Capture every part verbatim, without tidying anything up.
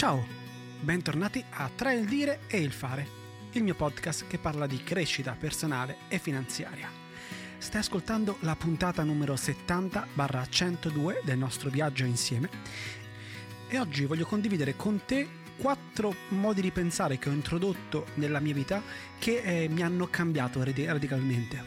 Ciao, bentornati a Tra il dire e il fare, il mio podcast che parla di crescita personale e finanziaria. Stai ascoltando la puntata numero settanta centodue del nostro viaggio insieme e oggi voglio condividere con te quattro modi di pensare che ho introdotto nella mia vita che eh, mi hanno cambiato radicalmente.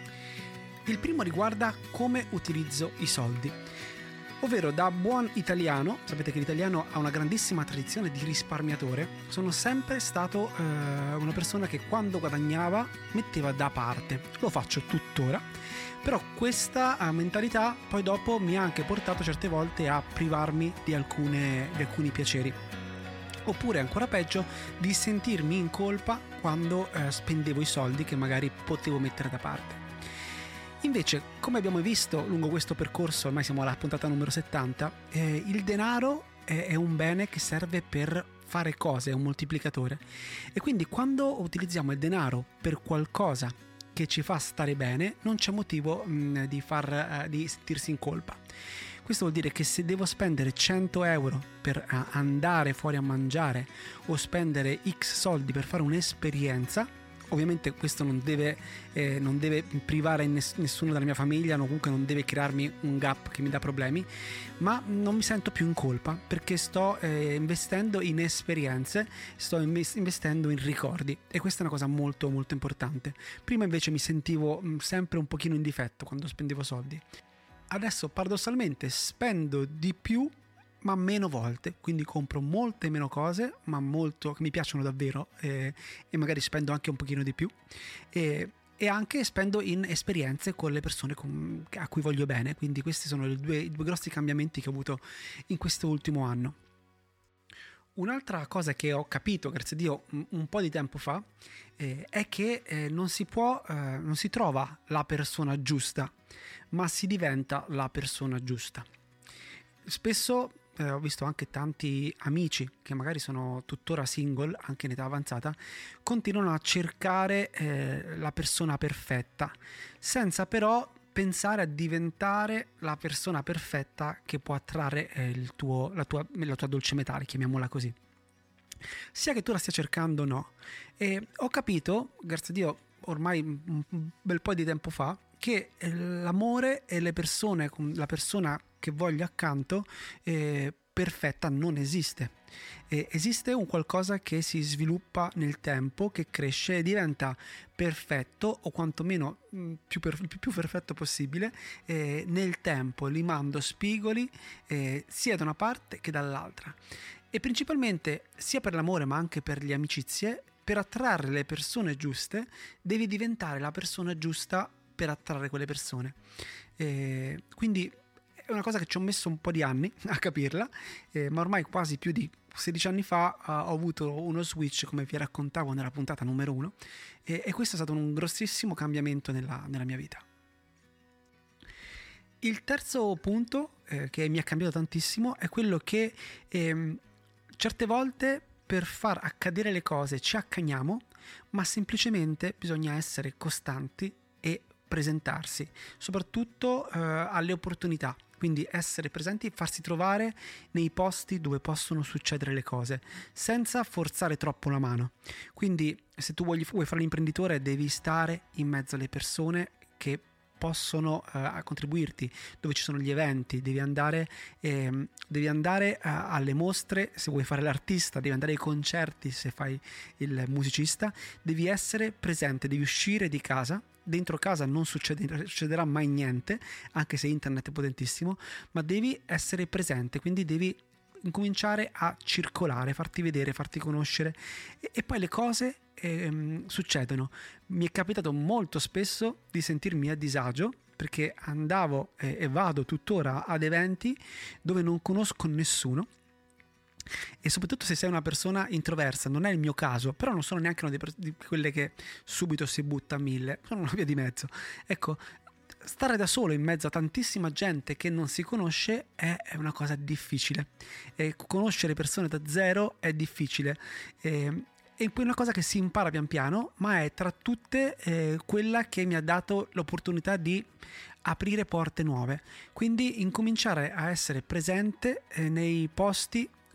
Il primo riguarda come utilizzo i soldi. Ovvero, da buon italiano, sapete che l'italiano ha una grandissima tradizione di risparmiatore, sono sempre stato eh, una persona che quando guadagnava metteva da parte. Lo faccio tuttora, però questa mentalità poi dopo mi ha anche portato certe volte a privarmi di, alcune, di alcuni piaceri. Oppure ancora peggio, di sentirmi in colpa quando eh, spendevo i soldi che magari potevo mettere da parte. Invece, come abbiamo visto lungo questo percorso, ormai siamo alla puntata numero settanta, eh, il denaro è, è un bene che serve per fare cose, è un moltiplicatore. E quindi quando utilizziamo il denaro per qualcosa che ci fa stare bene, non c'è motivo mh, di, far, uh, di sentirsi in colpa. Questo vuol dire che se devo spendere cento euro per uh, andare fuori a mangiare o spendere X soldi per fare un'esperienza, ovviamente questo non deve, eh, non deve privare ness- nessuno della mia famiglia, no, comunque non deve crearmi un gap che mi dà problemi, ma non mi sento più in colpa perché sto eh, investendo in esperienze, sto investendo in ricordi, e questa è una cosa molto molto importante. Prima invece mi sentivo mh, sempre un pochino in difetto quando spendevo soldi. Adesso paradossalmente spendo di più ma meno volte, quindi compro molte meno cose ma molto che mi piacciono davvero, eh, e magari spendo anche un pochino di più, e, e anche spendo in esperienze con le persone con, a cui voglio bene. Quindi questi sono i due, i due grossi cambiamenti che ho avuto in questo ultimo anno. Un'altra cosa che ho capito, grazie a Dio, un, un po' di tempo fa, eh, è che eh, non si può, eh, non si trova la persona giusta, ma si diventa la persona giusta. Spesso Eh, ho visto anche tanti amici che magari sono tuttora single, anche in età avanzata, continuano a cercare eh, la persona perfetta, senza però pensare a diventare la persona perfetta che può attrarre eh, il tuo, la, tua, la tua dolce metà, chiamiamola così. Sia che tu la stia cercando o no. E ho capito, grazie a Dio, ormai un bel po' di tempo fa, che l'amore e le persone, la persona che voglio accanto eh, perfetta non esiste. Eh, esiste un qualcosa che si sviluppa nel tempo, che cresce e diventa perfetto, o quantomeno mh, più, per, più, più perfetto possibile eh, nel tempo, limando spigoli eh, sia da una parte che dall'altra. E principalmente sia per l'amore ma anche per le amicizie, per attrarre le persone giuste devi diventare la persona giusta per attrarre quelle persone. Eh, quindi è una cosa che ci ho messo un po' di anni a capirla, eh, ma ormai quasi più di sedici anni fa uh, ho avuto uno switch, come vi raccontavo nella puntata numero uno, e, e questo è stato un grossissimo cambiamento nella, nella mia vita. Il terzo punto eh, che mi ha cambiato tantissimo è quello che eh, certe volte per far accadere le cose ci accaniamo, ma semplicemente bisogna essere costanti e presentarsi, soprattutto eh, alle opportunità. Quindi essere presenti e farsi trovare nei posti dove possono succedere le cose, senza forzare troppo la mano. Quindi se tu vuoi, vuoi fare l'imprenditore, devi stare in mezzo alle persone che possono uh, contribuirti, dove ci sono gli eventi, devi andare, ehm, devi andare uh, alle mostre se vuoi fare l'artista, devi andare ai concerti se fai il musicista, devi essere presente, devi uscire di casa. Dentro casa non succede, succederà mai niente, anche se internet è potentissimo, ma devi essere presente, quindi devi incominciare a circolare, farti vedere, farti conoscere, e, e poi le cose ehm, succedono. Mi è capitato molto spesso di sentirmi a disagio perché andavo eh, e vado tuttora ad eventi dove non conosco nessuno, e soprattutto se sei una persona introversa. Non è il mio caso, però non sono neanche una di, di quelle che subito si butta a mille, sono una via di mezzo. Ecco, stare da solo in mezzo a tantissima gente che non si conosce è, è una cosa difficile, e conoscere persone da zero è difficile, e, è una cosa che si impara pian piano, ma è tra tutte eh, quella che mi ha dato l'opportunità di aprire porte nuove. Quindi incominciare a essere presente eh, nei posti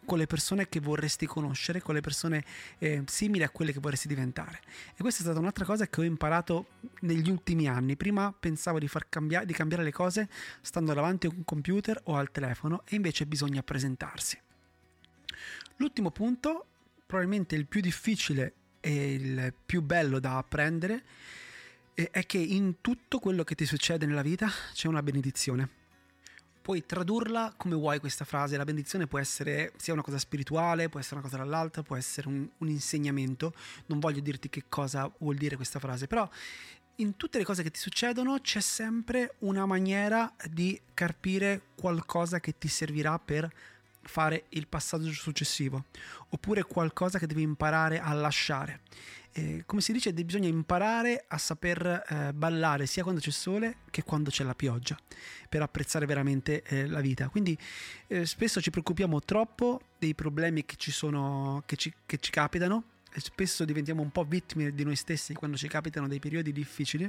con le persone che vorresti conoscere, con le persone eh, simili a quelle che vorresti diventare. E questa è stata un'altra cosa che ho imparato negli ultimi anni. Prima pensavo di far cambiare, di cambiare le cose stando davanti a un computer o al telefono, e invece bisogna presentarsi. L'ultimo punto, probabilmente il più difficile e il più bello da apprendere, è che in tutto quello che ti succede nella vita c'è una benedizione. Puoi tradurla come vuoi questa frase. La benedizione può essere sia una cosa spirituale, può essere una cosa dall'altra, può essere un, un insegnamento. Non voglio dirti che cosa vuol dire questa frase, però in tutte le cose che ti succedono c'è sempre una maniera di carpire qualcosa che ti servirà per fare il passaggio successivo, oppure qualcosa che devi imparare a lasciare. Eh, come si dice, bisogna imparare a saper eh, ballare sia quando c'è sole che quando c'è la pioggia, per apprezzare veramente eh, la vita. Quindi eh, spesso ci preoccupiamo troppo dei problemi che ci sono, che ci, che ci capitano, e spesso diventiamo un po' vittime di noi stessi quando ci capitano dei periodi difficili,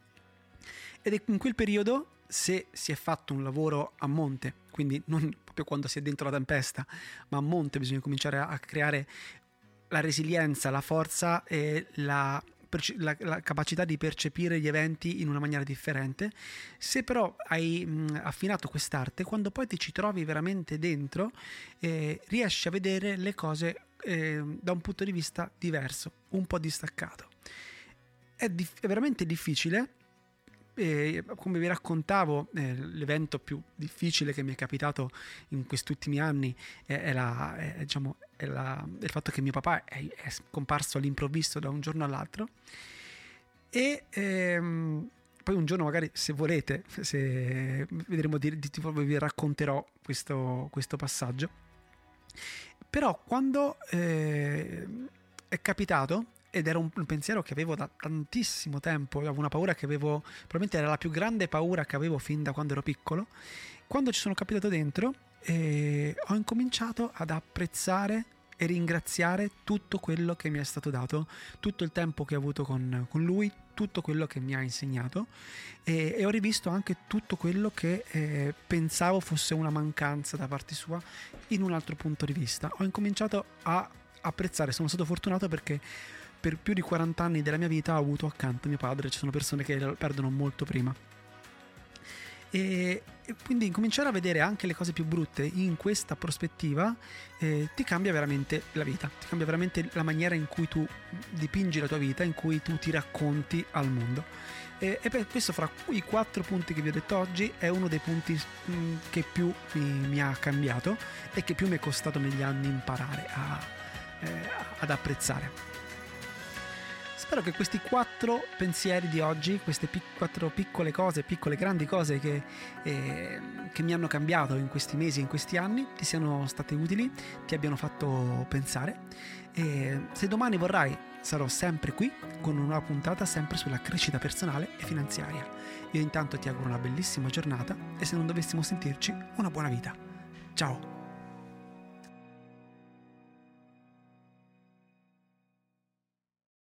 ed è in quel periodo, se si è fatto un lavoro a monte, quindi non proprio quando si è dentro la tempesta, ma a monte, bisogna cominciare a creare la resilienza, la forza e la, la, la capacità di percepire gli eventi in una maniera differente. Se però hai mh, affinato quest'arte, quando poi ti ci trovi veramente dentro, eh, riesci a vedere le cose eh, da un punto di vista diverso, un po' distaccato. È, dif- è veramente difficile. E come vi raccontavo, eh, l'evento più difficile che mi è capitato in questi ultimi anni è, è, la, è, diciamo, è, la, è il fatto che mio papà è, è scomparso all'improvviso da un giorno all'altro, e ehm, poi un giorno, magari, se volete, se vedremo, di, di, vi racconterò questo, questo passaggio. Però quando eh, è capitato, ed era un, un pensiero che avevo da tantissimo tempo, avevo una paura che avevo, probabilmente era la più grande paura che avevo fin da quando ero piccolo. Quando ci sono capitato dentro, eh, ho incominciato ad apprezzare e ringraziare tutto quello che mi è stato dato, tutto il tempo che ho avuto con, con lui, tutto quello che mi ha insegnato, e, e ho rivisto anche tutto quello che eh, pensavo fosse una mancanza da parte sua in un altro punto di vista. Ho incominciato a apprezzare, sono stato fortunato perché per più di quaranta anni della mia vita ho avuto accanto mio padre. Ci sono persone che lo perdono molto prima, e, e quindi cominciare a vedere anche le cose più brutte in questa prospettiva eh, ti cambia veramente la vita, ti cambia veramente la maniera in cui tu dipingi la tua vita, in cui tu ti racconti al mondo. E, e per questo, fra i quattro punti che vi ho detto oggi, è uno dei punti mh, che più mi, mi ha cambiato e che più mi è costato negli anni imparare a, eh, ad apprezzare. Spero che questi quattro pensieri di oggi, queste pic- quattro piccole cose, piccole grandi cose che, eh, che mi hanno cambiato in questi mesi, in questi anni, ti siano state utili, ti abbiano fatto pensare. E se domani vorrai, sarò sempre qui con una nuova puntata sempre sulla crescita personale e finanziaria. Io intanto ti auguro una bellissima giornata, e se non dovessimo sentirci, una buona vita. Ciao!